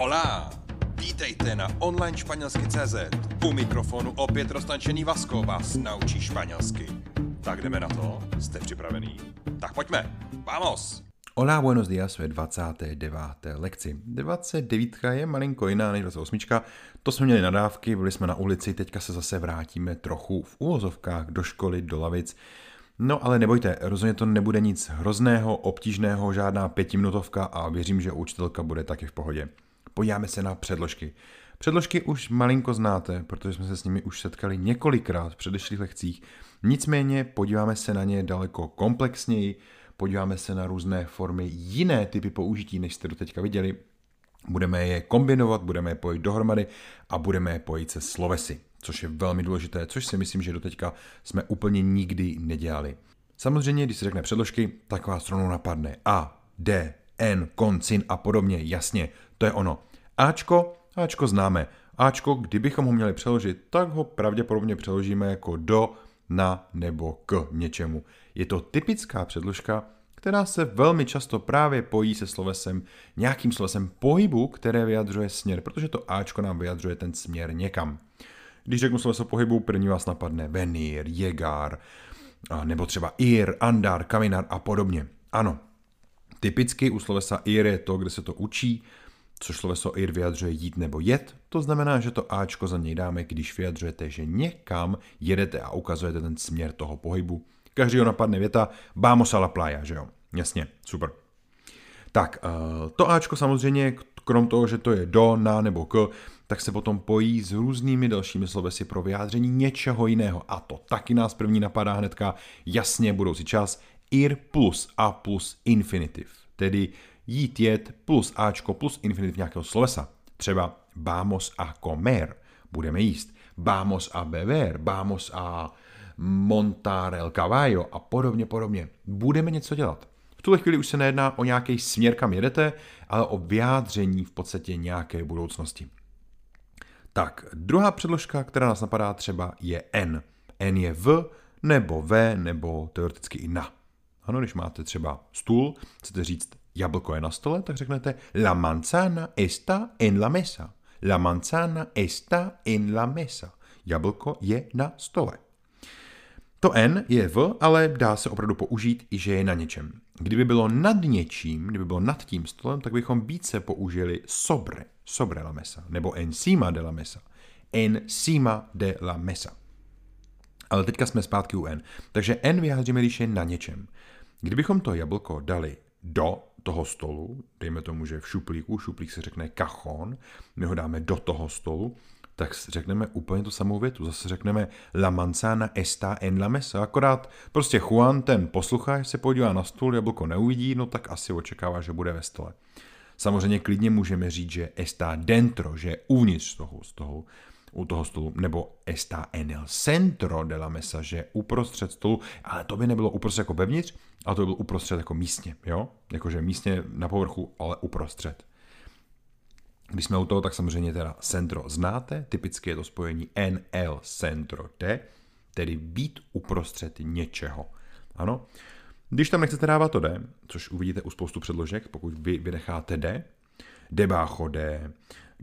Hola! Vítejte na online španělsky.cz. U mikrofonu opět roztančený Vasko vás naučí španělsky. Tak jdeme na to? Jste připravený? Tak pojďme! Vamos! Hola, buenos días ve 29. lekci. 29 je malinko jiná než 28. To jsme měli nadávky, byli jsme na ulici, teďka se zase vrátíme trochu v úvozovkách do školy, do lavic. No ale nebojte, rozhodně to nebude nic hrozného, obtížného, žádná 5minutovka a věřím, že učitelka bude taky v pohodě. Podíváme se na předložky. Předložky už malinko znáte, protože jsme se s nimi už setkali několikrát v předešlých lekcích. Nicméně podíváme se na ně daleko komplexněji, podíváme se na různé formy, jiné typy použití, než jste doteďka viděli. Budeme je kombinovat, budeme je pojít dohromady a budeme je pojít se slovesy, což je velmi důležité, což si myslím, že doteďka jsme úplně nikdy nedělali. Samozřejmě, když se řekne předložky, tak vás rovnou napadne A, D, N, koncin a podobně, jasně, to je ono. Ačko známe. Ačko, kdybychom ho měli přeložit, tak ho pravděpodobně přeložíme jako do, na nebo k něčemu. Je to typická předložka, která se velmi často právě pojí se slovesem, nějakým slovesem pohybu, které vyjadřuje směr, protože to Ačko nám vyjadřuje ten směr někam. Když řeknu sloveso pohybu, první vás napadne venir, llegar, nebo třeba ir, andar, caminar a podobně. Ano, typicky u slovesa ir je to, kde se to učí, což sloveso ir vyjadřuje jít nebo jet. To znamená, že to Ačko za něj dáme, když vyjadřujete, že někam jedete a ukazujete ten směr toho pohybu. Každýho napadne věta vamos a la playa, že jo? Jasně, super. Tak, to Ačko samozřejmě, krom toho, že to je do, na nebo k, tak se potom pojí s různými dalšími slovesy pro vyjádření něčeho jiného. A to taky nás první napadá hnedka, jasně, budoucí čas, ir plus a plus infinitiv. Tedy jít, jet plus Ačko plus infinitiv nějakého slovesa. Třeba vamos a comer, budeme jíst. Vamos a beber, vamos a montar el caballo a podobně. Budeme něco dělat. V tuhle chvíli už se nejedná o nějaký směr, kam jedete, ale o vyjádření v podstatě nějaké budoucnosti. Tak, druhá předložka, která nás napadá třeba je N. N je v, nebo ve, nebo teoreticky i na. Ano, když máte třeba stůl, chcete říct jablko je na stole, tak řeknete la manzana está en la mesa. La manzana está en la mesa. Jablko je na stole. To N je v, ale dá se opravdu použít i, že je na něčem. Kdyby bylo nad něčím, kdyby bylo nad tím stolem, tak bychom více použili sobre la mesa, nebo encima de la mesa. Encima de la mesa. Ale teďka jsme zpátky u N. Takže N vyjádříme, když je na něčem. Kdybychom to jablko dali do toho stolu, dejme tomu, že v šuplík se řekne cajón, my ho dáme do toho stolu, tak řekneme úplně tu samou větu. Zase řekneme la manzana está en la mesa. Akorát prostě Juan, ten posluchač, se podívá na stůl, jablko neuvidí, no tak asi očekává, že bude ve stole. Samozřejmě klidně můžeme říct, že está dentro, že je uvnitř u toho stolu, nebo está en el centro de la mesa, že je uprostřed stolu, ale to by nebylo uprostřed jako vevnitř, ale to by bylo uprostřed jako místně, jo? Jakože místně na povrchu, ale uprostřed. Když jsme u toho, tak samozřejmě teda centro znáte, typicky je to spojení en, el, centro, de, tedy být uprostřed něčeho. Ano. Když tam nechcete dávat to de, což uvidíte u spoustu předložek, pokud vy vynecháte de, debajo de,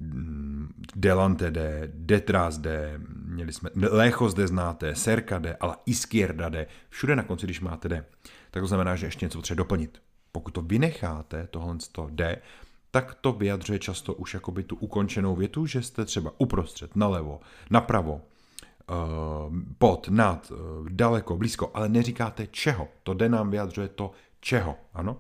delante de, detrás de, měli jsme, lejos de znáte, cerca de, ale izquierda de, všude na konci, když máte de, tak to znamená, že ještě něco třeba doplnit. Pokud to vynecháte, tohle de, tak to vyjadřuje často už jakoby tu ukončenou větu, že jste třeba uprostřed, nalevo, napravo, pod, nad, daleko, blízko, ale neříkáte čeho. To de nám vyjadřuje to čeho, ano?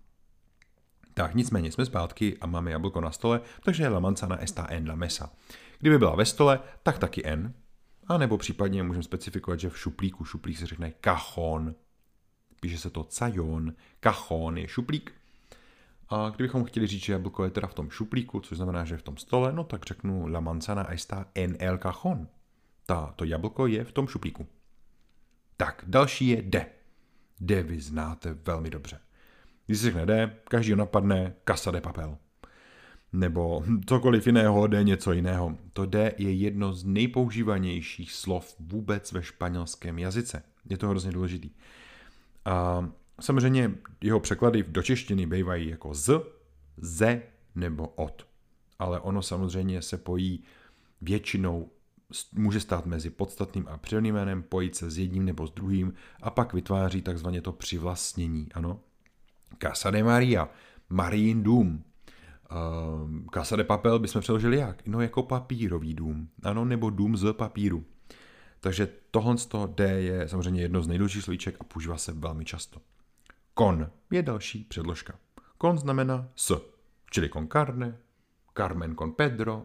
Tak nicméně jsme zpátky a máme jablko na stole, takže la manzana está en la mesa. Kdyby byla ve stole, tak taky en, a nebo případně můžeme specifikovat, že v šuplík se řekne cajón. Píše se to cajón, cajón je šuplík. A kdybychom chtěli říct, že jablko je teda v tom šuplíku, což znamená, že je v tom stole, no tak řeknu la manzana está en el cajón. To jablko je v tom šuplíku. Tak, další je de. De vy znáte velmi dobře. Když se řekne de, každý napadne casa de papel. Nebo cokoliv jiného, de něco jiného. To de je jedno z nejpoužívanějších slov vůbec ve španělském jazyce. Je to hrozně důležitý. A samozřejmě jeho překlady do češtiny bývají jako z, ze nebo od. ale ono samozřejmě se pojí většinou, může stát mezi podstatným a přirodným jménem, pojít se s jedním nebo s druhým a pak vytváří takzvaně to přivlastnění. Ano. Casa de Maria, Marijin dům. Casa de Papel bychom přeložili jak? No jako papírový dům, ano, nebo dům z papíru. Takže tohle D je samozřejmě jedno z nejdůležitějších slovíček a používá se velmi často. Con je další předložka. Con znamená s, čili con carne, Carmen con Pedro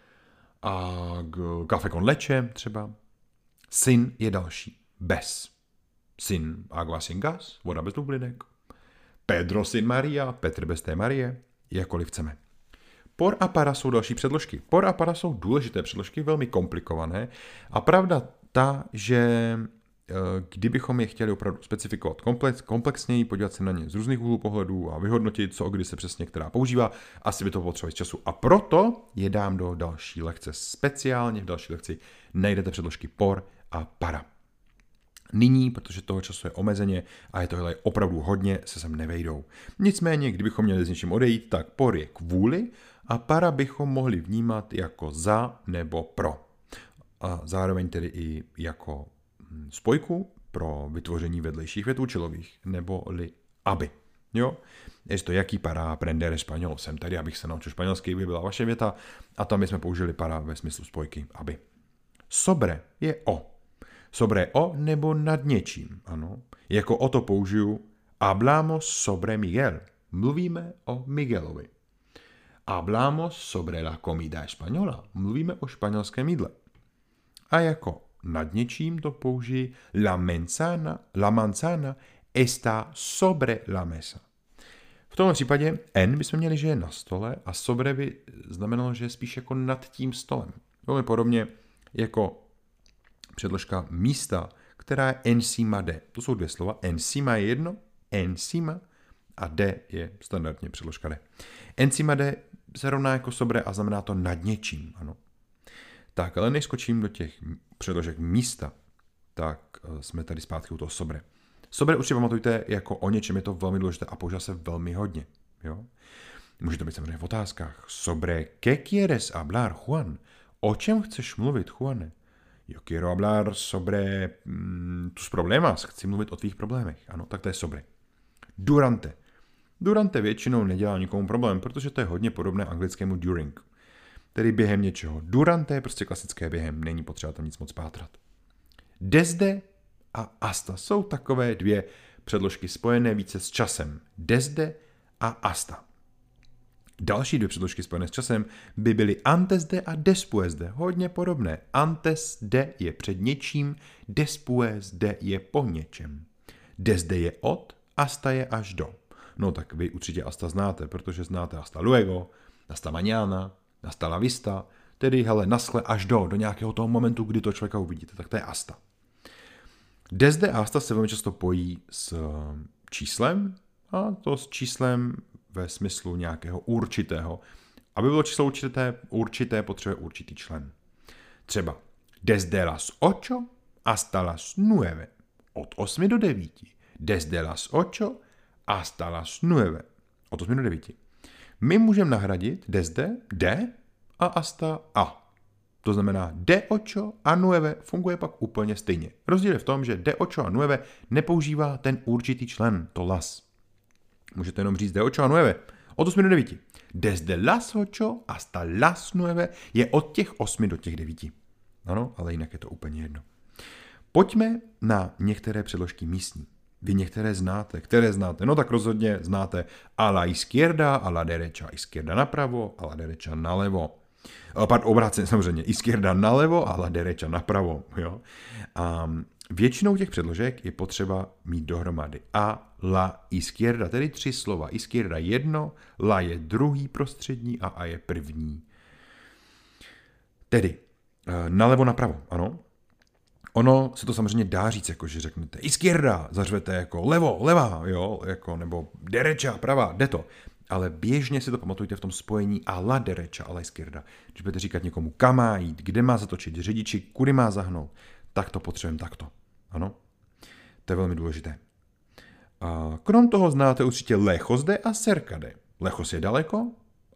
a café con leche třeba. Sin je další, bez. Sin agua sin gas, voda bez bublinek. Pedro sin Maria, Petr bez té Marie, jakkoliv chceme. Por a para jsou další předložky. Por a para jsou důležité předložky, velmi komplikované a pravda ta, že kdybychom je chtěli opravdu specifikovat komplexněji, podívat se na ně z různých úhlů pohledů a vyhodnotit, co kdy se přesně která používá, asi by to potřebovalo času. A proto je dám do další lekce. Speciálně v další lekci najdete předložky por a para. Nyní, protože toho času je omezeně a je tohle opravdu hodně, se sem nevejdou. Nicméně, kdybychom měli s něčím odejít, tak por je kvůli a para bychom mohli vnímat jako za nebo pro. A zároveň tedy i jako spojku pro vytvoření vedlejších větů čilových, nebo-li aby. Jo? Je to jaký para aprender español. Jsem tady, abych se naučil španělsky, by byla vaše věta a tam bychom použili para ve smyslu spojky aby. Sobre je o. Sobre o nebo nad něčím. Ano. Jako o to použiju hablamos sobre Miguel. Mluvíme o Miguelovi. Hablamos sobre la comida española. Mluvíme o španělském jídle. A jako nad něčím to použiji la manzana está sobre la mesa. V tomhle případě en bychom měli, že je na stole a sobre by znamenalo, že je spíš jako nad tím stolem. Velmi podobně jako předložka místa, která je encima de. To jsou dvě slova. Encima je jedno, encima a de je standardně předložka de. Encima de se rovná jako sobre a znamená to nad něčím. Ano. Tak, ale než skočím do těch předložek místa, tak jsme tady zpátky u toho sobre. Sobre určitě pamatujte, jako o něčem je to velmi důležité a používá se velmi hodně. Jo? Může to být samozřejmě v otázkách. Sobre qué quieres hablar, Juan? O čem chceš mluvit, Juane? Yo quiero hablar sobre tus problemas. Chci mluvit o tvých problémech. Ano, tak to je sobre. Durante. Durante většinou nedělá nikomu problém, protože to je hodně podobné anglickému during. Tedy během něčeho. Durante je prostě klasické během, není potřeba tam nic moc pátrat. Desde a hasta jsou takové dvě předložky spojené více s časem. Desde a hasta. Další dvě předložky spojené s časem by byly antes de a después de. Hodně podobné. Antes de je před něčím, después de je po něčem. Desde je od, hasta je až do. No tak vy určitě hasta znáte, protože znáte hasta luego, hasta mañana, hasta la vista, tedy hele, naschle až do nějakého toho momentu, kdy to člověka uvidíte, tak to je hasta. Desde a hasta se velmi často pojí s číslem a to s číslem ve smyslu nějakého určitého. Aby bylo číslo určité potřebuje určitý člen. Třeba desde las 8 hasta las 9. Od 8 do 9. Desde las 8 hasta las 9. Od 8 do 9. My můžeme nahradit desde, de a hasta a. To znamená de 8 a 9 funguje pak úplně stejně. Rozdíl je v tom, že de 8 a 9 nepoužívá ten určitý člen, to las. Můžete jenom říct de 8 a 9. Od 8 do 9. Desde las 8 hasta las 9 je od těch 8 do těch 9. Ano, ale jinak je to úplně jedno. Pojďme na některé předložky místní. Vy některé znáte. Které znáte? No tak rozhodně znáte a la izquierda, a la derecha. Izquierda napravo, a la derecha nalevo. Obráceně samozřejmě. Izquierda nalevo, a la derecha napravo. Jo? A většinou těch předložek je potřeba mít dohromady. A la izquierda, tedy 3 slova. Izquierda jedno, la je druhý prostřední a je první. Tedy nalevo napravo, ano. Ono se to samozřejmě dá říct, jako že řeknete izquierda, zařvete jako levo, levá, jo, jako, nebo derecha, pravá, jde to. Ale běžně si to pamatujte v tom spojení a la derecha, a la izquierda. Když budete říkat někomu, kam má jít, kde má zatočit, řidiči, kudy má zahnout, tak to potřebujeme takto. Ano, to je velmi důležité. A krom toho znáte určitě lejos de a cerca de. Lejos je daleko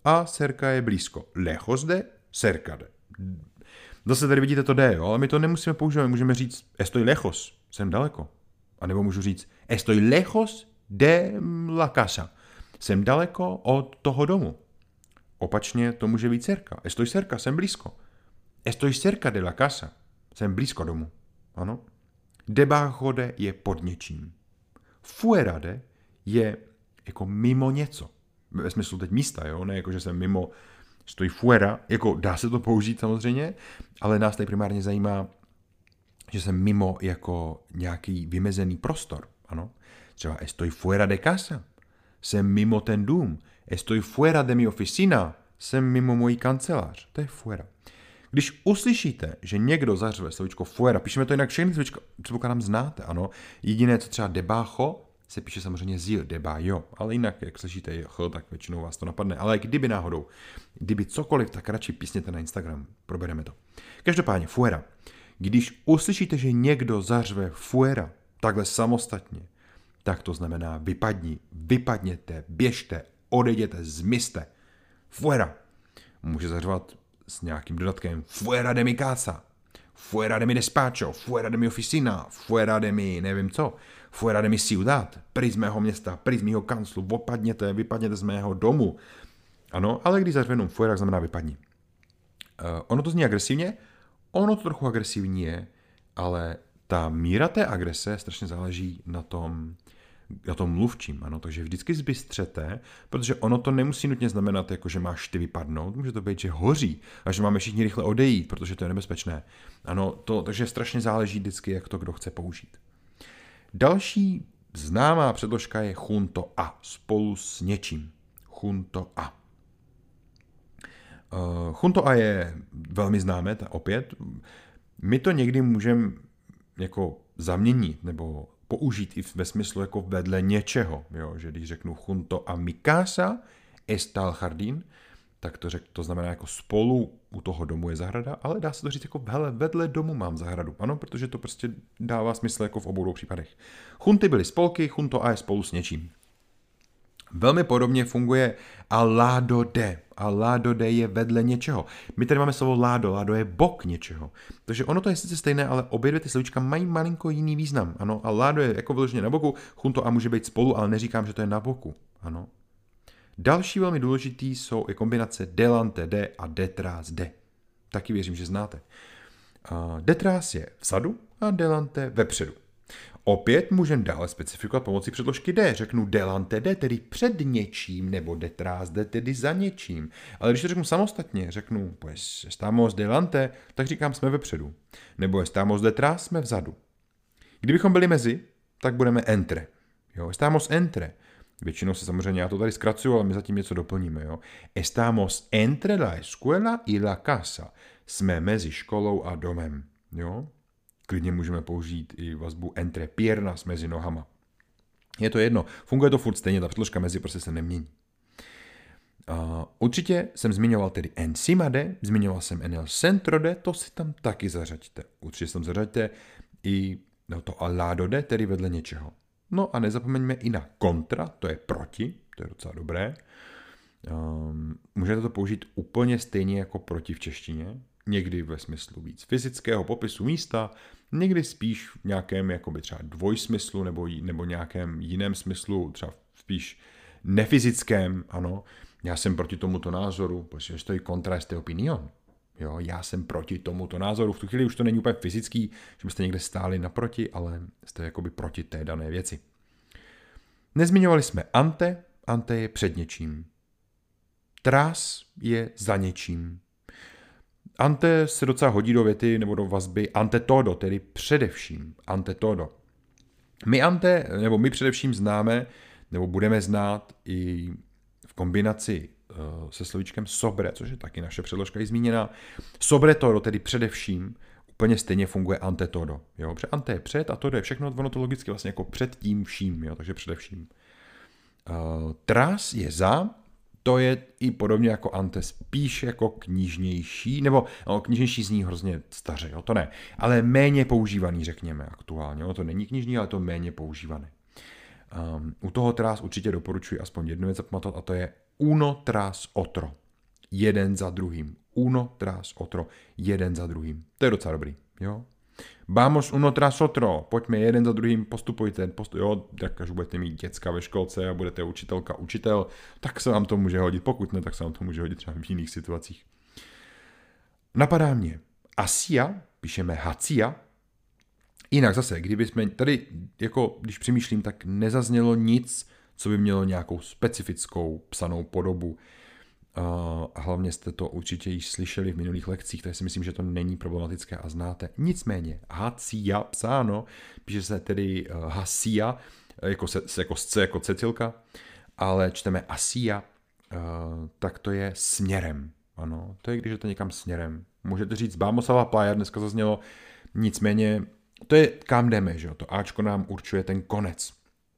a cerca je blízko. Lejos de, cerca de. Zase tady vidíte to D, jo, ale my to nemusíme používat. Můžeme říct estoy lejos, jsem daleko. A nebo můžu říct estoy lejos de la casa. Jsem daleko od toho domu. Opačně to může být cerca. Estoy cerca, jsem blízko. Estoy cerca de la casa. Jsem blízko domu. Ano. Debajo de je pod něčím. Fuera de je jako mimo něco. Ve smyslu teď místa, jo? Ne jako, že jsem mimo, stojí fuera, jako dá se to použít samozřejmě, ale nás tady primárně zajímá, že jsem mimo jako nějaký vymezený prostor. Ano. Třeba estoy fuera de casa. Jsem mimo ten dům. Estoy fuera de mi oficina. Jsem mimo mojí kancelář. To je fuera. Když uslyšíte, že někdo zařve slovíčko fuera, píšeme to jinak všechny slovíčka, předpokládám znáte, ano. Jediné, co třeba debajo, se píše samozřejmě zil, debajo, ale jinak, jak slyšíte ch, tak většinou vás to napadne. Ale kdyby náhodou, kdyby cokoliv, tak radši písněte na Instagram, probereme to. Každopádně, fuera. Když uslyšíte, že někdo zařve fuera, takhle samostatně, tak to znamená vypadni, vypadněte, běžte, odejděte, zmizte. Fuera. Může zařvat s nějakým dodatkem fuera de mi casa, fuera de mi despacho, fuera de mi oficina, fuera de mi nevím co, fuera de mi ciudad, pryč z mého města, pryč z mého kanclu, opadněte, vypadněte z mého domu. Ano, ale když zařve jenom fuera, znamená vypadni. Ono to zní agresivně, ono to trochu agresivní je, ale ta míra té agrese strašně záleží na tom mluvčím, ano, takže vždycky zbystřete, protože ono to nemusí nutně znamenat, jako že máš ty vypadnout, může to být, že hoří a že máme všichni rychle odejít, protože to je nebezpečné. Ano, takže strašně záleží vždycky, jak to kdo chce použít. Další známá předložka je junto a, spolu s něčím. Junto a. Junto a je velmi známé, opět. My to někdy můžeme jako zaměnit, nebo použít i ve smyslu jako vedle něčeho, jo? Že když řeknu junto a mi casa está el jardín, tak to znamená jako spolu u toho domu je zahrada, ale dá se to říct jako hele, vedle domu mám zahradu, ano, protože to prostě dává smysl jako v obou dvou případech. Junty byly spolky, junto a je spolu s něčím. Velmi podobně funguje a lado de. A lado de je vedle něčeho. My tady máme slovo lado. Lado je bok něčeho. Takže ono to je sice stejné, ale obě dvě ty slovíčka mají malinko jiný význam. Ano, a lado je jako vyloženě na boku, junto a může být spolu, ale neříkám, že to je na boku. Ano. Další velmi důležitý jsou i kombinace delante de a detrás de. Taky věřím, že znáte. Detrás je vzadu a delante vepředu. Opět můžeme dále specifikovat pomocí předložky de. Řeknu delante de, tedy před něčím, nebo detrás de, tedy za něčím. Ale když to řeknu samostatně, řeknu pues estamos delante, tak říkám jsme vepředu. Nebo estamos detrás, jsme vzadu. Kdybychom byli mezi, tak budeme entre. Jo, estamos entre. Většinou se samozřejmě, já to tady zkracuju, ale my zatím něco doplníme. Jo. Estamos entre la escuela y la casa. Jsme mezi školou a domem. Jo. Klidně můžeme použít i vazbu entre piernas mezi nohama. Je to jedno. Funguje to furt stejně, ta předložka mezi prostě se nemění. Určitě jsem zmiňoval tedy encima de, zmiňoval jsem en el centro de, to si tam taky zařaďte. Určitě si tam zařaďte i to al lado de, tedy vedle něčeho. No a nezapomeňme i na kontra, to je proti, to je docela dobré. Můžete to použít úplně stejně jako proti v češtině. Někdy ve smyslu víc fyzického popisu místa, někdy spíš v nějakém jakoby třeba dvojsmyslu nebo nějakém jiném smyslu, třeba spíš nefyzickém, ano. Já jsem proti tomuto názoru, protože stojí kontra este opinion. Jo, já jsem proti tomuto názoru. V tu chvíli už to není úplně fyzický, že byste někde stáli naproti, ale jste jakoby proti té dané věci. Nezmiňovali jsme ante, ante je před něčím. Tras je za něčím. Ante se docela hodí do věty nebo do vazby ante todo, tedy především. Ante todo. My především známe, nebo budeme znát i v kombinaci se slovíčkem sobre, což je taky naše předložka i zmíněná. Sobre todo, tedy především, úplně stejně funguje ante todo. Jo? Protože ante je před a todo je všechno, ono to logicky vlastně jako před tím vším, jo? Takže především. Tras je za, to je i podobně jako ante, spíš jako knižnější, nebo knižnější zní hrozně staře, jo? To ne, ale méně používaný, řekněme aktuálně. To není knižní, ale to méně používané. U toho tras určitě doporučuji aspoň jednu věc zapamatovat, a to je uno tras otro. Jeden za druhým. Uno tras otro. Jeden za druhým. To je docela dobrý, jo. Vamos uno tras otro. Pojďme jeden za druhým, postupujte. Jo, tak až budete mít děcka ve školce a budete učitelka, učitel, tak se vám to může hodit. Pokud ne, tak se vám to může hodit třeba v jiných situacích. Napadá mě asia, píšeme hacia. Jinak zase, kdybychom tady, jako když přemýšlím, tak nezaznělo nic, co by mělo nějakou specifickou psanou podobu. A hlavně jste to určitě již slyšeli v minulých lekcích, takže si myslím, že to není problematické a znáte. Nicméně, hacia psáno, píše se tedy hasia, jako C, jako Cecilka, ale čteme asia, tak to je směrem. Ano, to je, když jdete někam směrem. Můžete říct vamos a la playa, dneska zaznělo, nicméně, to je kam jdeme, že jo? To Ačko nám určuje ten konec.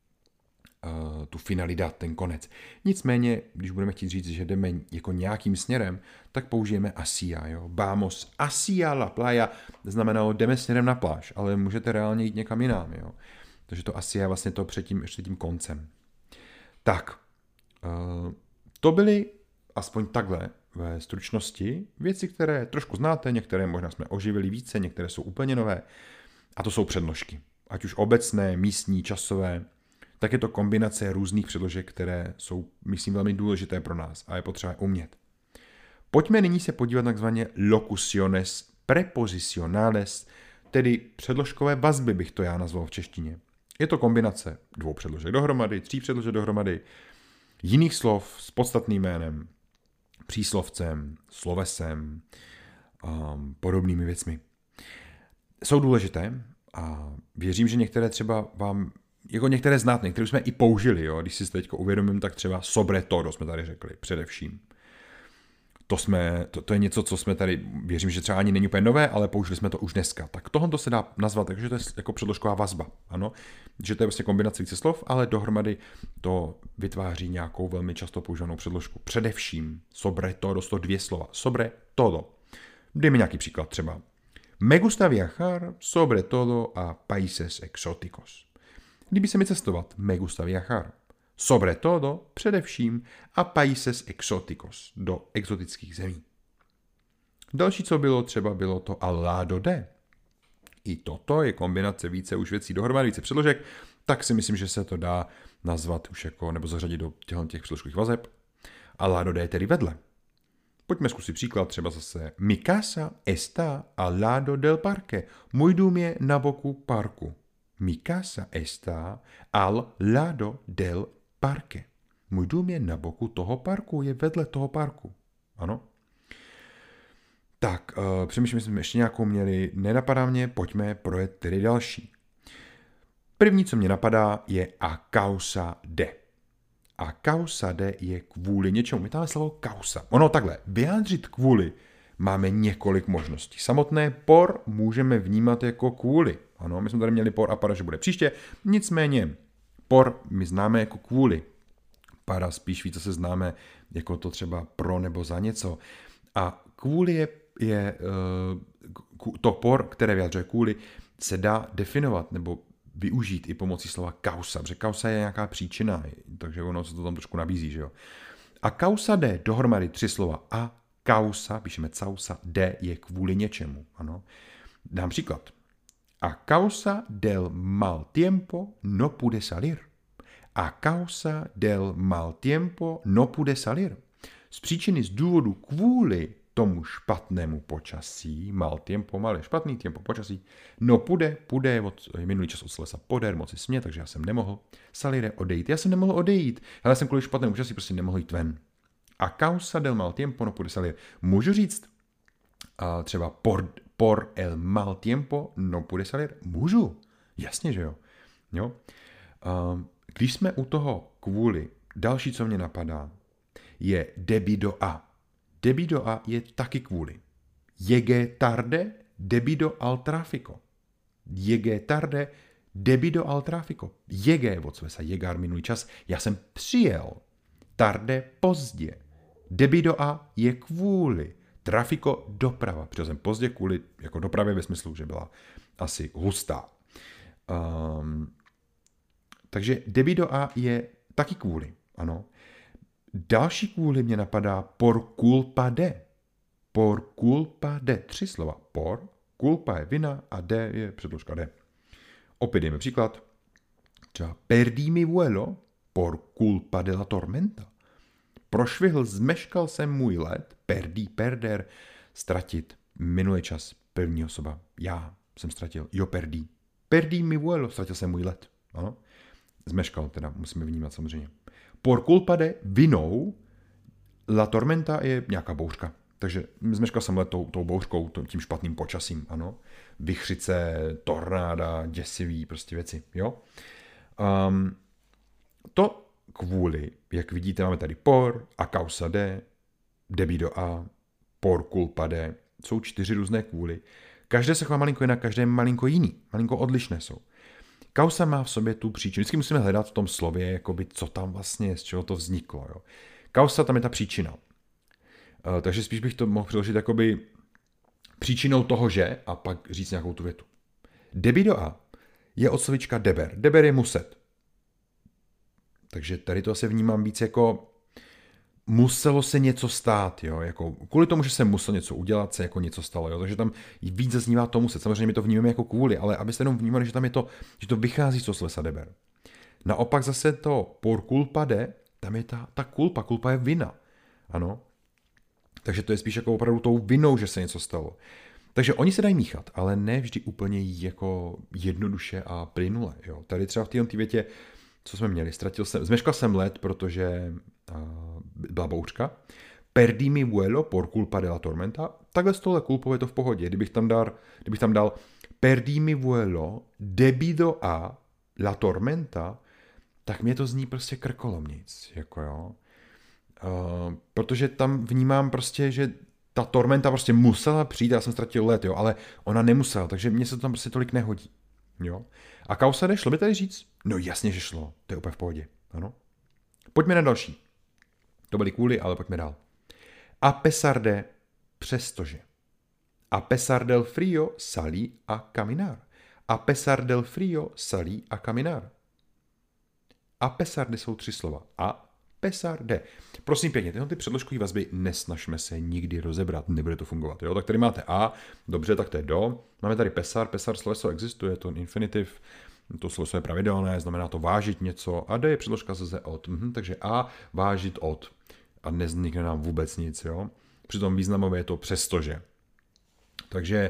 Tu finalidad, ten konec. Nicméně, když budeme chtít říct, že jdeme jako nějakým směrem, tak použijeme hacia, jo. Vamos hacia la playa znamenalo jdeme směrem na pláž, ale můžete reálně jít někam jinam, jo. Takže to hacia je vlastně to před tím koncem. Tak, to byly aspoň takhle ve stručnosti věci, které trošku znáte, některé možná jsme oživili více, některé jsou úplně nové. A to jsou předložky. Ať už obecné, místní, časové, tak je to kombinace různých předložek, které jsou, myslím, velmi důležité pro nás a je potřeba umět. Pojďme nyní se podívat na takzvané locuciones preposicionales, tedy předložkové vazby bych to já nazval v češtině. Je to kombinace 2 předložek dohromady, 3 předložek dohromady, jiných slov s podstatným jménem, příslovcem, slovesem, podobnými věcmi. Jsou důležité a věřím, že některé třeba vám, jako některé znáte, některé jsme i použili, jo? Když si teď uvědomím, tak třeba sobre todo jsme tady řekli, především. To je něco, co jsme tady, věřím, že třeba ani není úplně nové, ale použili jsme to už dneska. Tak tohle se dá nazvat, takže to je jako předložková vazba, ano. Že to je vlastně kombinace více slov, ale dohromady to vytváří nějakou velmi často používanou předložku. Především sobre todo, to 2 slova. Sobre todo. Dejme nějaký příklad třeba. Me gusta viajar sobre todo a países exóticos. Líbí se mi cestovat. Me gusta viajar. Sobre todo, především, a países exóticos, do exotických zemí. Další, co bylo, třeba bylo to al lado de. I toto je kombinace více už věcí dohromady, více předložek, tak si myslím, že se to dá nazvat už jako, nebo zařadit do těch předložkových vazeb. Al lado de je tedy vedle. Pojďme zkusit příklad, třeba zase. Mi casa está al lado del parque. Můj dům je na boku parku. Mi casa está al lado del parque. Můj dům je na boku toho parku, je vedle toho parku. Ano? Tak, přemýšlím, že jsme ještě nějakou měli. Nenapadá mě, pojďme projet tedy další. První, co mě napadá, je a causa de. A causa de je kvůli něčemu. My tam slovo causa. Ono takhle, vyjádřit kvůli máme několik možností. Samotné por můžeme vnímat jako kvůli. Ano, my jsme tady měli por a para, že bude příště. Nicméně por my známe jako kvůli. Para spíš více se známe jako to třeba pro nebo za něco. A kvůli je to por, které vyjadřuje kvůli, se dá definovat nebo využít i pomocí slova causa, protože causa je nějaká příčina, takže ono se to tam trošku nabízí, že jo. A causa de, dohromady 3 slova. A causa, píšeme causa, de je kvůli něčemu, ano. Dám příklad. A causa del mal tiempo no pude salir. A causa del mal tiempo no pude salir. Z příčiny, z důvodu kvůli tomu špatnému počasí, mal tiempo, mal je špatný, tiempo počasí, no pude je od minulý čas od slesa poder, moci smět, takže já jsem nemohl, salire odejít, já jsem nemohl odejít, ale já jsem kvůli špatnému počasí prostě nemohl jít ven. A causa del mal tiempo no pude salir. Můžu říct třeba por el mal tiempo no pude salir? Můžu, jasně, že jo. Když jsme u toho kvůli, další, co mě napadá, je debido a. Debido a je taky kvůli. Llegué tarde debido al tráfico. Llegué tarde debido al tráfico. Llegué od svesa, llegar minulý čas. Já jsem přijel. Tarde pozdě. Debido a je kvůli. Tráfico doprava. Přijel jsem pozdě kvůli jako dopravě ve smyslu, že byla asi hustá. Takže debido a je taky kvůli. Ano. Další kvůli mě napadá por culpa de. Por culpa de. 3 slova. Por, culpa je vina a de je předložka de. Opět jdeme příklad. Třeba perdí mi vuelo por culpa de la tormenta. Zmeškal jsem můj let, perdí, perder, ztratit. Minulý čas, první osoba. Já jsem ztratil. Jo, perdí. Perdí mi vuelo, ztratil jsem můj let. Ano. Zmeškal teda, musíme vnímat samozřejmě. Por culpa de, vinou, la tormenta je nějaká bouřka. Takže zmeškal jsem let tou bouřkou, tím špatným počasím, ano. Vichřice, tornáda, děsivý, prostě věci, jo. To kvůli, jak vidíte, máme tady por, a causa de, debido a, por culpa de. Jsou 4 různé kvůli. Každé se chová malinko jinak, každé je malinko jiný, malinko odlišné jsou. Causa má v sobě tu příčinu. Vždycky musíme hledat v tom slově, jakoby, co tam vlastně je, z čeho to vzniklo. Jo. Causa tam je ta příčina. Takže spíš bych to mohl přeložit jakoby příčinou toho, že, a pak říct nějakou tu větu. Debido a je od slovička deber. Deber je muset. Takže tady to asi vnímám víc jako muselo se něco stát, jo, jako kvůli tomu, že se musel něco udělat, se jako něco stalo, jo, takže tam víc zaznívá to muset. Samozřejmě my to vnímáme jako kvůli, ale abyste jenom vnímali, že tam je to, že to vychází z toho slova deber. Naopak zase to por culpa de, tam je ta culpa je vina, ano. Takže to je spíš jako opravdu tou vinou, že se něco stalo. Takže oni se dají míchat, ale ne vždy úplně jako jednoduše a plynule, jo. Tady třeba v té větě, co jsme měli, zmeškal jsem let, protože byla bouřka. Perdí mi vuelo por culpa de la tormenta. Takhle z tohle kulpou je to v pohodě. Kdybych tam dal perdí mi vuelo debido a la tormenta, tak mě to zní prostě krkolomnic. Jako jo. Protože tam vnímám prostě, že ta tormenta prostě musela přijít, já jsem ztratil let, jo, ale ona nemusela, takže mně se to tam prostě tolik nehodí. Jo. A causa de, šlo by tady říct? No jasně, že šlo. To je úplně v pohodě. Ano. Pojďme na další. To byly kvůli, ale pojďme dál. A pesar de, přestože. A pesar del frío salí a caminar. A pesar del frío salí a caminar. A pesar de jsou 3 slova. A pesar de. Prosím pěkně, tyhle ty předložkové vazby nesnažme se nikdy rozebrat, nebude to fungovat. Jo? Tak tady máte a, dobře, tak to je do. Máme tady pesar sloveso existuje, to infinitiv, to sloveso je pravidelné, znamená to vážit něco a de je předložka ze od. Takže a vážit od. A nevznikne nám vůbec nic. Jo? Přitom významově je to přestože. Takže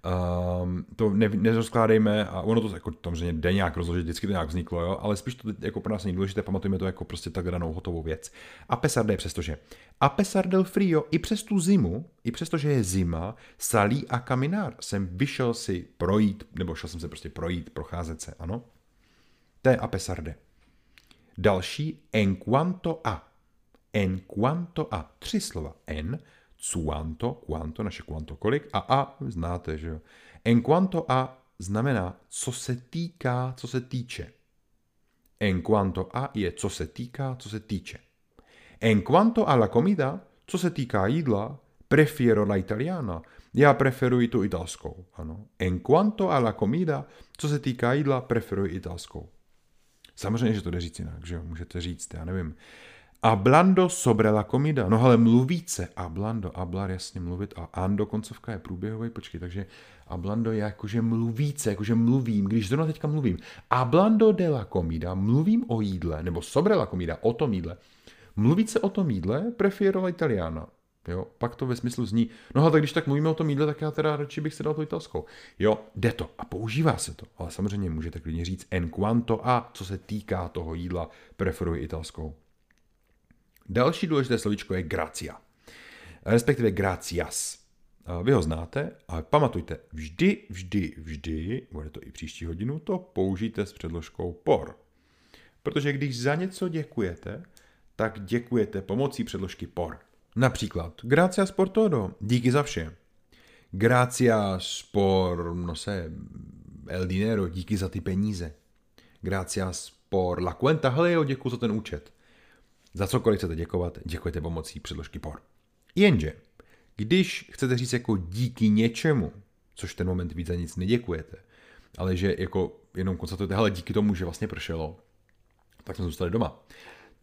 to nerozkládejme a ono to jako samozřejmě jde nějak rozložit, vždycky to nějak vzniklo, jo? Ale spíš to jako pro nás není důležité, pamatujeme to jako prostě tak danou hotovou věc. A pesar de, přestože. A pesar del frío, i přes tu zimu, i přestože je zima, salí a caminar. Jsem vyšel si projít, nebo šel jsem se prostě projít, procházet se, ano? To je a pesar de. Další, en cuanto a. En cuanto a. 3 slova. En, cuanto, naše cuanto kolik, a znáte, že jo. En cuanto a znamená, co se týká, co se týče. En cuanto a je, co se týká, co se týče. En cuanto a la comida, co se týká jídla, prefiero la italiana. Já preferuji tu italskou, ano. En cuanto a la comida, co se týká jídla, preferuji italskou. Samozřejmě, že to jde říct jinak, že jo, můžete říct, já nevím. Hablando sobre la comida. No ale mluvíce. Hablando, hablar, jasně mluvit. A ando koncovka je průběhový. Počkej, takže hablando je jakože mluvíce, jakože mluvím. Když zrovna teďka mluvím. Hablando de la comida. Mluvím o jídle. Nebo sobre la comida. O tom jídle. Mluvíce o tom jídle. Prefiero la italiana. Jo, pak to ve smyslu zní. No ale tak když tak mluvíme o tom jídle, tak já teda radši bych si dal tu italskou. Jo, jde to. A používá se to. Ale samozřejmě můžete klidně říct en cuanto a, co se týká toho jídla, preferuji italskou. Další důležité slovíčko je gracia, respektive gracias. Vy ho znáte, ale pamatujte, vždy, bude to i příští hodinu, to použijte s předložkou por. Protože když za něco děkujete, tak děkujete pomocí předložky por. Například, gracias por todo, díky za vše. Gracias por, no sé, el dinero, díky za ty peníze. Gracias por la cuenta, hele jo, děkuji za ten účet. Za cokoliv chcete děkovat, děkujete pomocí předložky por. Jenže, když chcete říct jako díky něčemu, což v ten moment víc za nic neděkujete, ale že jako jenom konstatujete, hele, díky tomu, že vlastně pršelo, tak jsme zůstali doma,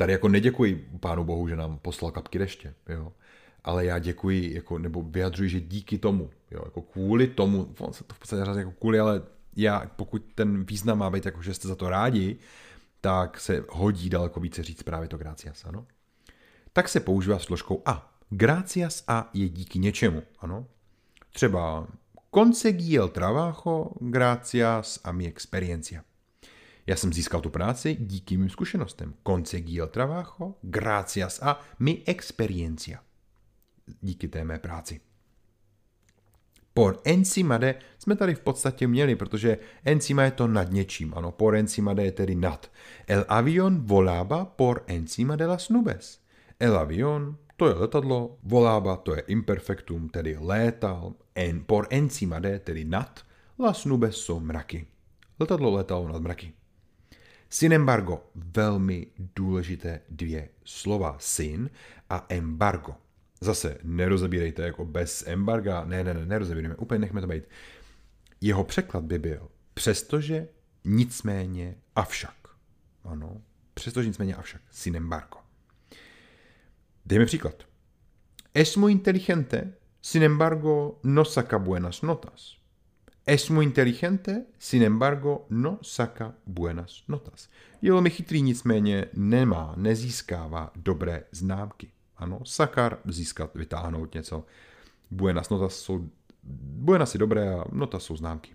Tady jako neděkuji Pánu Bohu, že nám poslal kapky deště, jo. Ale já děkuji, jako, nebo vyjadřuji, že díky tomu, jo, jako kvůli tomu, on se to v podstatě řazí jako kvůli, ale já, pokud ten význam má být jako, že jste za to rádi, tak se hodí daleko více říct právě to gracias, ano. Tak se používá složkou a. Gracias a je díky něčemu, ano. Třeba conseguí el trabajo gracias a mi experiencia. Já jsem získal tu práci díky mým zkušenostem. Conseguí el trabajo gracias a mi experiencia. Díky té mé práci. Por encima de jsme tady v podstatě měli, protože encima je to nad něčím. Ano, por encima de je tedy nad. El avión volaba por encima de las nubes. El avión, to je letadlo, volaba, to je imperfektum, tedy létal. Por encima de, tedy nad, las nubes jsou mraky. Letadlo létalo nad mraky. Sin embargo, velmi důležité dvě slova. Sin a embargo. Zase nerozebírejte jako bez embarga. Ne, nerozebírejme. Úplně nechme to být. Jeho překlad by byl přestože, nicméně, avšak. Ano, přestože, nicméně, avšak. Sin embargo. Dejme příklad. Es muy inteligente, sin embargo, no saca buenas notas. Es muy inteligente, sin embargo, no saca buenas notas. Je velmi chytrý, nicméně nezískává dobré známky. Ano, sakar, získat, vytáhnout něco. Buenas je dobré a notas jsou známky.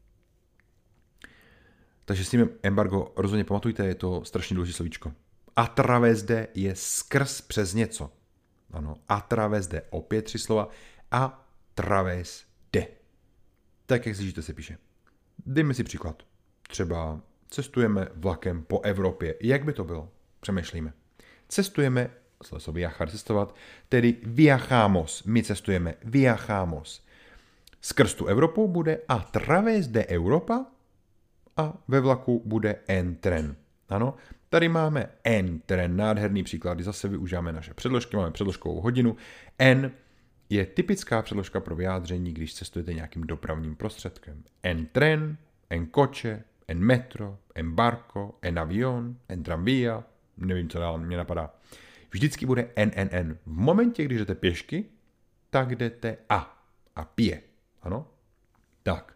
Takže s tím embargo rozhodně pamatujte, je to strašně důležité slovíčko. A través de je skrz přes něco. Ano, a través de, opět 3 slova. A través de. Tak, jak slyšíte, se píše. Dejme si příklad. Třeba cestujeme vlakem po Evropě. Jak by to bylo? Přemýšlíme. Cestujeme, slovo viajar, cestovat, tedy viajamos. My cestujeme, viajamos. Skrz tu Evropu bude a través de Europa a ve vlaku bude en tren. Ano, tady máme en tren, nádherný příklad, kdy zase využíváme naše předložky, máme předložkovou hodinu. En je typická předložka pro vyjádření, když cestujete nějakým dopravním prostředkem. En tren, en coche, en metro, en barco, en avión, en tranvía, nevím, co dál mě napadá. Vždycky bude en. V momentě, když jdete pěšky, tak jdete a pie. Ano? Tak.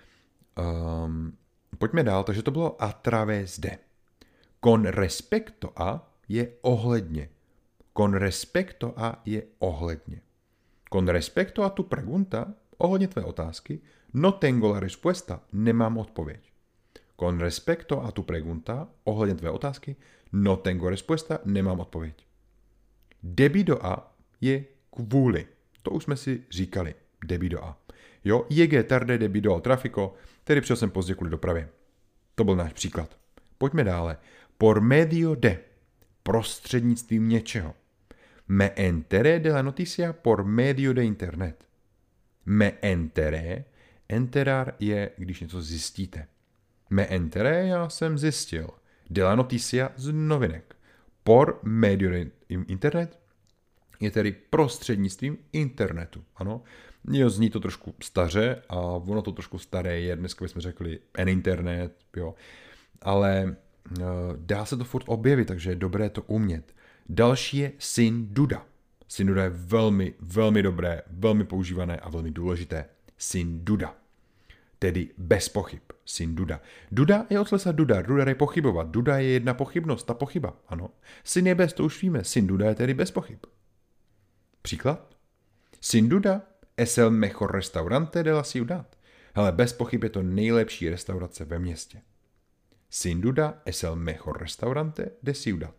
Pojďme dál, takže to bylo a través de. Con respecto a je ohledně. Con respecto a je ohledně. Con respecto a tu pregunta, ohledně tvé otázky, no tengo la respuesta, nemám odpověď. Con respecto a tu pregunta, ohledně tvé otázky, no tengo respuesta, nemám odpověď. Debido a je kvůli. To už jsme si říkali. Debido a. Jo, llegué tarde debido al tráfico, tedy přišel jsem pozdě kvůli dopravě. To byl náš příklad. Pojďme dále. Por medio de. Prostřednictvím něčeho. Me enteré de la noticia por medio de internet. Me enteré. Enterar je, když něco zjistíte. Me enteré, já jsem zjistil. De la noticia z novinek. Por medio de internet je tedy prostřednictvím internetu. Ano, jo, zní to trošku staře a ono to trošku staré je. Dneska bychom řekli en internet, jo. Ale dá se to furt objevit, takže je dobré to umět. Další je sin duda. Sin duda je velmi, velmi dobré, velmi používané a velmi důležité. Sin duda. Tedy bez pochyb. Sin duda. Duda je od slesa dudar. Dudar je pochybovat. Duda je jedna pochybnost, ta pochyba. Ano. Sin je bez, to už víme. Sin duda je tedy bez pochyb. Příklad? Sin duda es el mejor restaurante de la ciudad. Hele, bez pochyb je to nejlepší restaurace ve městě. Sin duda es el mejor restaurante de ciudad.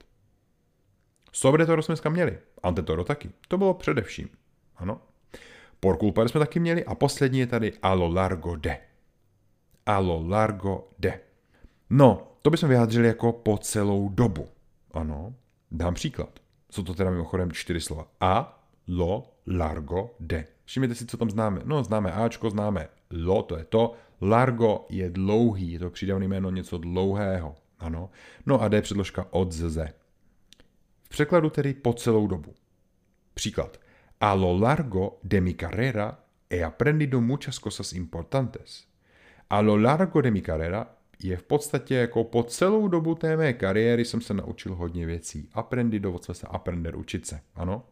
Sobre toro jsme dneska měli. Ante toro taky. To bylo především. Ano. Por culpa jsme taky měli. A poslední je tady a lo largo de. A lo largo de. No, to bychom vyjádřili jako po celou dobu. Ano. Dám příklad. Jsou to teda mimochodem 4 slova. A lo largo de. Všimněte si, co tam známe. No, známe Ačko, známe lo, to je to. Largo je dlouhý, je to přídavné jméno něco dlouhého. Ano. No a D předložka od ze. V překladu tedy po celou dobu. Příklad. A lo largo de mi carrera he aprendido muchas cosas importantes. A lo largo de mi carrera je v podstatě jako po celou dobu té mé kariéry jsem se naučil hodně věcí. Aprendido, se aprender, učit se, ano.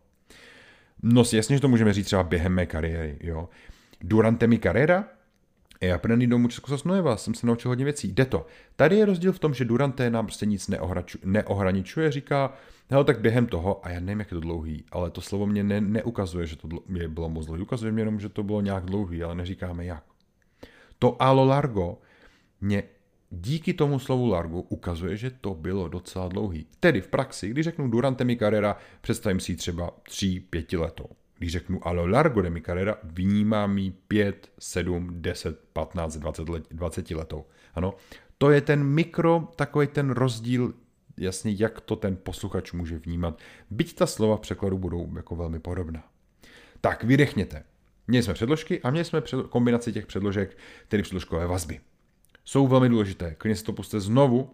No jasně, že to můžeme říct třeba během mé kariéry, jo. Durante mi carrera e aprendido muchas cosas nuevas, jsem se naučil hodně věcí. Jde to. Tady je rozdíl v tom, že durante nám prostě nic neohraničuje, říká, hele, tak během toho, a já nevím, jak je to dlouhý, ale to slovo mě neukazuje, že to bylo moc dlouhý, ukazuje mě jenom, že to bylo nějak dlouhý, ale neříkáme jak. To a lo largo mě díky tomu slovu largo ukazuje, že to bylo docela dlouhý. Tedy v praxi, když řeknu durante mi carrera, představím si ji třeba 3-5 letou. Když řeknu a lo largo de mi carrera, vnímám ji 5, 7, 10, 15, 20 letou. Ano, to je ten takový ten rozdíl, jasně, jak to ten posluchač může vnímat. Byť ta slova v překladu budou jako velmi podobná. Tak, vydechněte. Měli jsme předložky a měli jsme kombinaci těch předložek, tedy předložkové vazby. Jsou velmi důležité. Klidně si to puste znovu,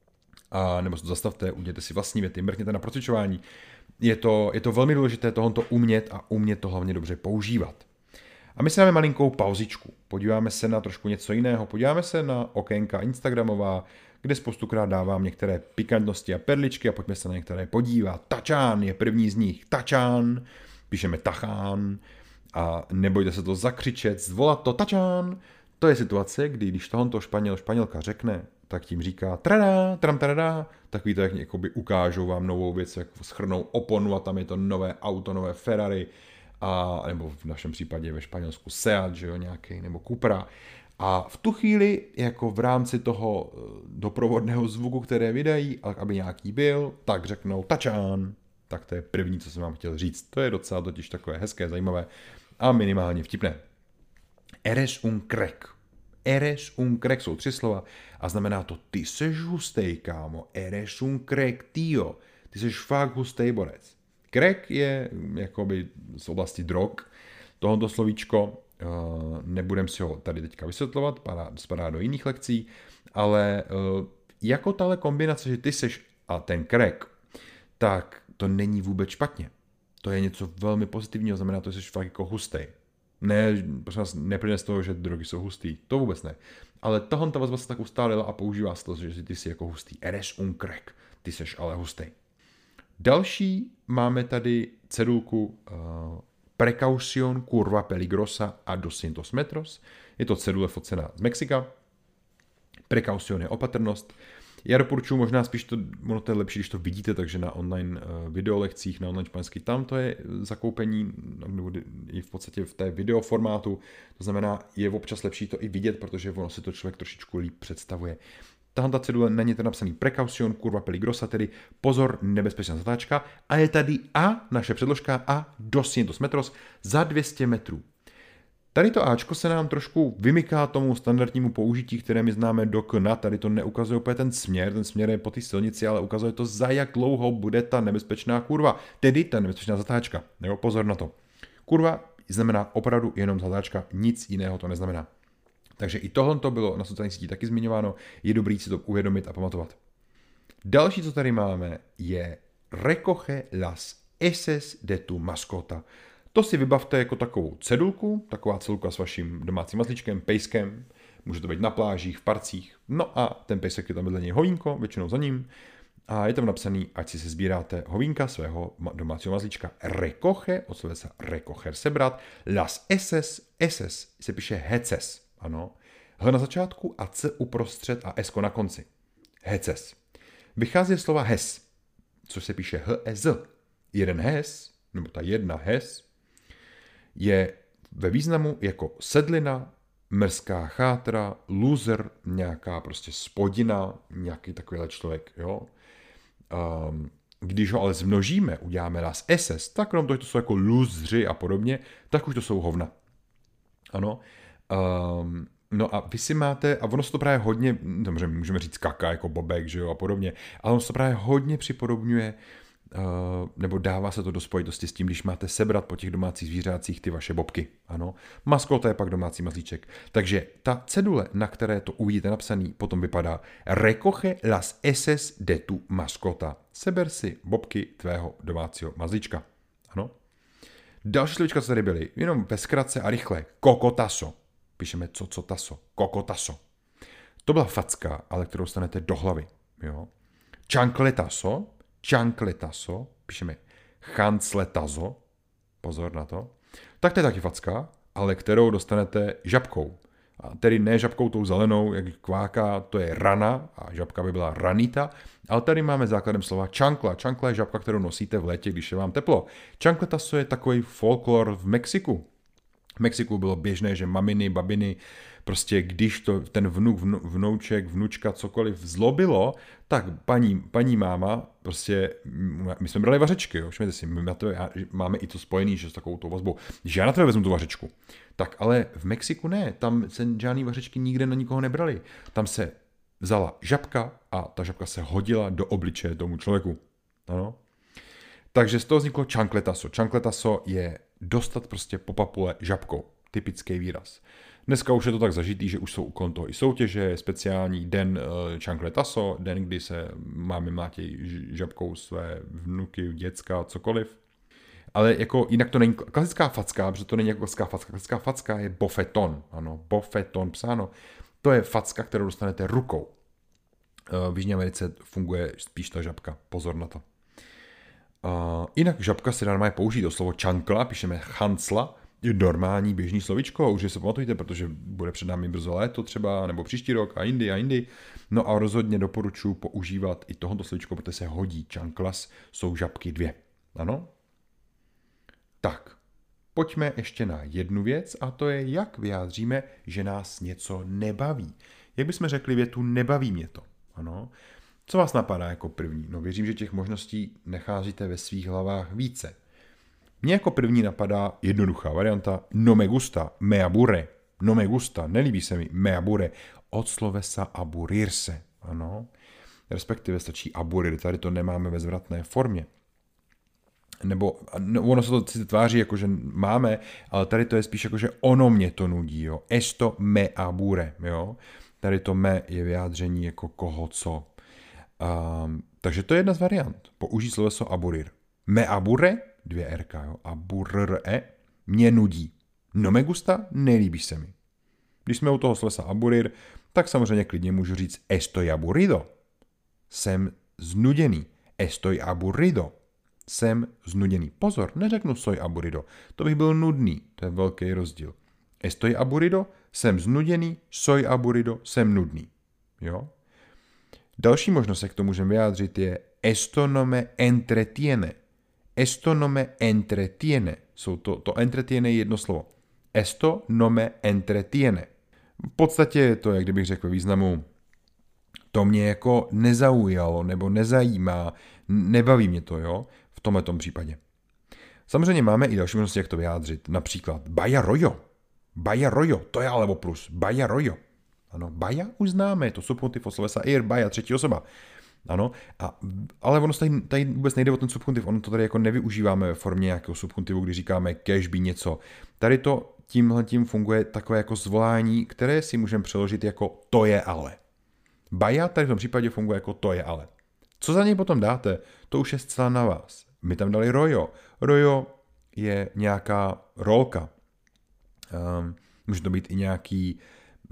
nebo si to zastavte, udělejte si vlastní věty, mrkněte na procvičování. Je to velmi důležité tohoto umět a umět to hlavně dobře používat. A my si dáme malinkou pauzičku. Podíváme se na trošku něco jiného. Podíváme se na okénka Instagramová, kde spoustukrát dávám některé pikantnosti a perličky a pojďme se na některé podívat. Tačán je první z nich. Tačán. Píšeme tachán. A nebojte se to zakřičet, zvolat to tačán. To je situace, kdy když tohoto španělka řekne, tak tím říká trada, tram, tak víte, jak jakoby ukážou vám novou věc, jak schrnou oponu a tam je to nové auto, nové Ferrari, nebo v našem případě ve Španělsku Seat, že jo, nějaký, nebo Cupra. A v tu chvíli, jako v rámci toho doprovodného zvuku, které vydají, aby nějaký byl, tak řeknou tačán. Tak to je první, co jsem vám chtěl říct. To je docela totiž takové hezké, zajímavé a minimálně vtipné. Eres un crack. Eres un crack jsou 3 slova a znamená to ty seš hustej, kámo. Eres un crack, tío. Ty seš fakt hustej borec. Crack je jakoby z oblasti drog. Tohoto slovíčko nebudem si ho tady teďka vysvětlovat, spadá do jiných lekcí, ale jako tahle kombinace, že ty seš a ten crack, tak to není vůbec špatně. To je něco velmi pozitivního, znamená to, že jsi fakt jako hustej. Ne, prosím vás, neplyne z toho, že drogy jsou hustý, to vůbec ne. Ale tohle ta vazba se tak ustálila a používá se to, že ty jsi jako hustý. Eres un crack, ty seš ale hustej. Další máme tady cedulku Precaución curva peligrosa a 200 metros. Je to cedule focená z Mexika. Precaución je opatrnost. Já doporučuji možná spíš ono to je lepší, když to vidíte, takže na online videolekcích, na online španělsky, tam to je zakoupení, nebo i v podstatě v té videoformátu, to znamená, je občas lepší to i vidět, protože ono si to člověk trošičku líp představuje. Tahle cedule, na ně je napsaný Precaución curva peligrosa, tedy pozor, nebezpečná zatáčka, a je tady a naše předložka a 200 metros za 200 metrů. Tady to Ačko se nám trošku vymyká tomu standardnímu použití, které my známe do kna. Tady to neukazuje úplně ten směr je po té silnici, ale ukazuje to, za jak dlouho bude ta nebezpečná kurva, tedy ta nebezpečná zatáčka. Jo, pozor na to. Kurva znamená opravdu jenom zatáčka, nic jiného to neznamená. Takže i tohle to bylo na sociálních sítích taky zmiňováno, je dobrý si to uvědomit a pamatovat. Další, co tady máme, je recoge las heces de tu mascota. To si vybavte jako takovou cedulku, taková cedulka s vaším domácím mazlíčkem, pejskem, může to být na plážích, v parcích, no a ten pejsek je tam vedle něj hovínko, většinou za ním, a je tam napsaný, ať si se sbíráte hovínka svého domácího mazlíčka. Recoge, od slova se recoger, sebrat, las heces se píše heces, ano, H na začátku a C uprostřed a S na konci. Heces. Vychází z slova hes, což se píše hes. Jeden hes, nebo ta jedna hes, je ve významu jako sedlina, mrzká chátra, loser, nějaká prostě spodina, nějaký takovýhle člověk, jo. Když ho ale zmnožíme, uděláme las heces, tak krom toho, že to jsou jako lůzři a podobně, tak už to jsou hovna. Ano. No a vy si máte, a ono se to právě hodně, můžeme říct kaka, jako bobek, že jo, a podobně, ale ono se to právě hodně připodobňuje, nebo dává se to do spojitosti s tím, když máte sebrat po těch domácích zvířácích ty vaše bobky. Ano, maskota je pak domácí mazlíček. Takže ta cedule, na které to uvidíte napsaný, potom vypadá recoge las heces de tu mascota. Seber si bobky tvého domácího mazlíčka. Ano. Další slovíčka, co tady byly, jenom ve zkratce a rychle. Cocotazo. Píšeme cocotazo. Cocotazo. To byla facka, ale kterou dostanete do hlavy. Jo? Chancletazo, píšeme chancletazo, pozor na to, tak to je taky facka, ale kterou dostanete žabkou. A tedy ne žabkou tou zelenou, jak kváka, to je rana, a žabka by byla ranita, ale tady máme základem slova chancla. Chancla je žabka, kterou nosíte v létě, když je vám teplo. Chancletazo je takový folklor v Mexiku. V Mexiku bylo běžné, že maminy, babiny, prostě když to ten vnuk, vnouček, vnučka, cokoliv zlobilo, tak paní máma, prostě, my jsme brali vařečky, jo, všimněte si, máme i to spojený, že s takovou tou vazbou, že já na tebe vezmu tu vařečku. Tak ale v Mexiku ne, tam se žádný vařečky nikde na nikoho nebrali. Tam se vzala žabka a ta žabka se hodila do obličeje tomu člověku. Ano. Takže z toho vzniklo chancletazo. Chancletazo je dostat prostě po papule žabkou. Typický výraz. Dneska už je to tak zažitý, že už jsou kolem toho i soutěže, speciální den chancletazo, den, kdy se máme mlátěj žabkou své vnuky, děcka, cokoliv. Ale jako jinak to není klasická facka, protože to není jako klasická facka. Klasická facka je bofeton. Ano, bofeton psáno. To je facka, kterou dostanete rukou. V Jižní Americe funguje spíš ta žabka. Pozor na to. Jinak žabka se dá normálně použít do slovo chancla, píšeme chancla, je normální běžný slovíčko, už se pamatujte, protože bude před námi brzo léto třeba, nebo příští rok a jindy. No a rozhodně doporučuji používat i tohoto slovíčko, protože se hodí. Chanclas jsou žabky 2. Ano? Tak, pojďme ještě na jednu věc a to je, jak vyjádříme, že nás něco nebaví. Jak bychom řekli větu nebaví mě to. Ano? Co vás napadá jako první? No věřím, že těch možností nacházíte ve svých hlavách více. Mně jako první napadá jednoduchá varianta no me gusta, me aburre. No me gusta, nelíbí se mi, me aburre. Od slovesa aburrirse. Ano. Respektive stačí aburrir, tady to nemáme ve zvratné formě. Nebo no, ono se to si tváří jako, že máme, ale tady to je spíš jako, že ono mě to nudí. Jo. Esto me aburre. Jo. Tady to me je vyjádření jako koho co. Takže to je jedna z variant. Použít sloveso aburrir. Me aburre, 2 rk, jo, aburre, mě nudí. No me gusta, nelíbí se mi. Když jsme u toho slovesa aburrir, tak samozřejmě klidně můžu říct estoy aburrido. Jsem znuděný. Estoy aburrido. Jsem znuděný. Pozor, neřeknu soy aburrido. To bych byl nudný. To je velký rozdíl. Estoy aburrido, jsem znuděný, soy aburrido, jsem nudný. Jo? Další možnost, jak to můžeme vyjádřit, je esto no me entretiene. Esto no me entretiene. To entretiene je jedno slovo. Esto no me entretiene. V podstatě je to, jak kdybych řekl ve významu, to mě jako nezaujalo, nebo nezajímá, nebaví mě to, jo, v tomhletom případě. Samozřejmě máme i další možnosti, jak to vyjádřit. Například baja rojo, to je ale oprus, baja rojo. Ano, baja už známe, to subjuntiv od slovesa ir, baja, třetí osoba. Ano, ale ono tady vůbec nejde o ten subjuntiv, ono to tady jako nevyužíváme ve formě nějakého subjuntivu, když říkáme kež by něco. Tady to tímhletím funguje takové jako zvolání, které si můžeme přeložit jako to je ale. Baja tady v tom případě funguje jako to je ale. Co za něj potom dáte, to už je zcela na vás. My tam dali rojo. Rojo je nějaká rolka. Může to být i nějaký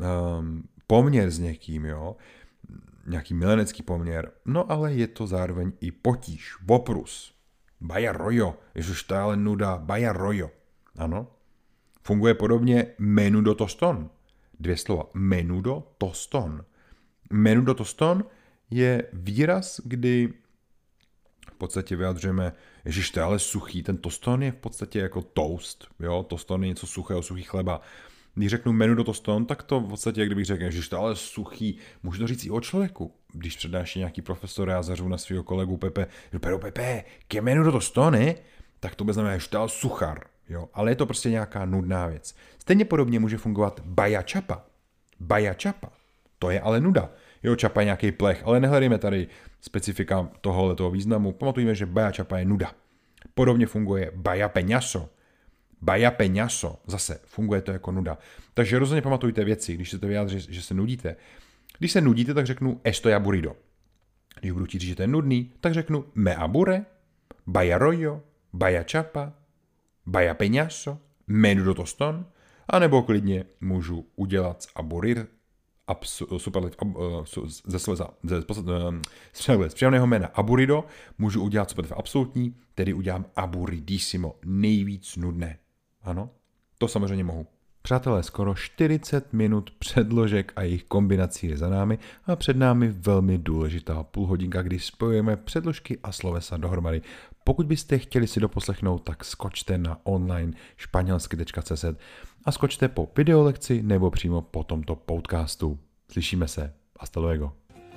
poměr s někým, jo? Nějaký milenecký poměr, no ale je to zároveň i potíž, oprus. Baja rojo, ježiš, to je ale nuda, baja rojo. Ano. Funguje podobně menudo toston. 2 slova, menudo toston. Menudo toston je výraz, kdy v podstatě vyjadřujeme, ježiš, to je ale suchý, ten toston je v podstatě jako toast, jo? Toston je něco suchého, suchý chleba. Když řeknu menudo toston, tak to v podstatě, kdybych řekl, že to je ale suchý, můžu to říct i o člověku. Když přednáší nějaký profesor, já zařvu na svého kolegu Pepe, pero Pepe, que menudo toston, ne? Tak to by znamená, že to je suchar, jo? Ale je to prostě nějaká nudná věc. Stejně podobně může fungovat baja čapa. Baja čapa, to je ale nuda. Jo, čapa je nějaký plech, ale nehledejme tady specifika tohoto významu. Pamatujme, že baja čapa je nuda. Podobně funguje baja peňaso. Baja peňaso, zase funguje to jako nuda. Takže rozhodně pamatujte věci, když se to vyjádří, že se nudíte. Když se nudíte, tak řeknu estoy aburrido. Když budu chtít říct, že to je nudný, tak řeknu me aburre, baja rojo, baja čapa, baja peňaso, menudo toston, anebo klidně můžu udělat z z příjemného jména aburido můžu udělat superlativ absolutní, tedy udělám aburidissimo, nejvíc nudné. Ano, to samozřejmě mohu. Přátelé, skoro 40 minut předložek a jejich kombinací je za námi a před námi velmi důležitá půlhodinka, kdy spojujeme předložky a slovesa dohromady. Pokud byste chtěli si doposlechnout, tak skočte na online španělsky.cz a skočte po videolekci nebo přímo po tomto podcastu. Slyšíme se. Hasta luego.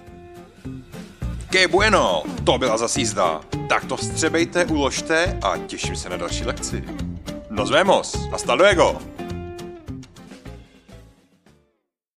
Que bueno, to byla zas jízda. Tak to vstřebejte, uložte a těším se na další lekci. Nos vemos. Hasta luego.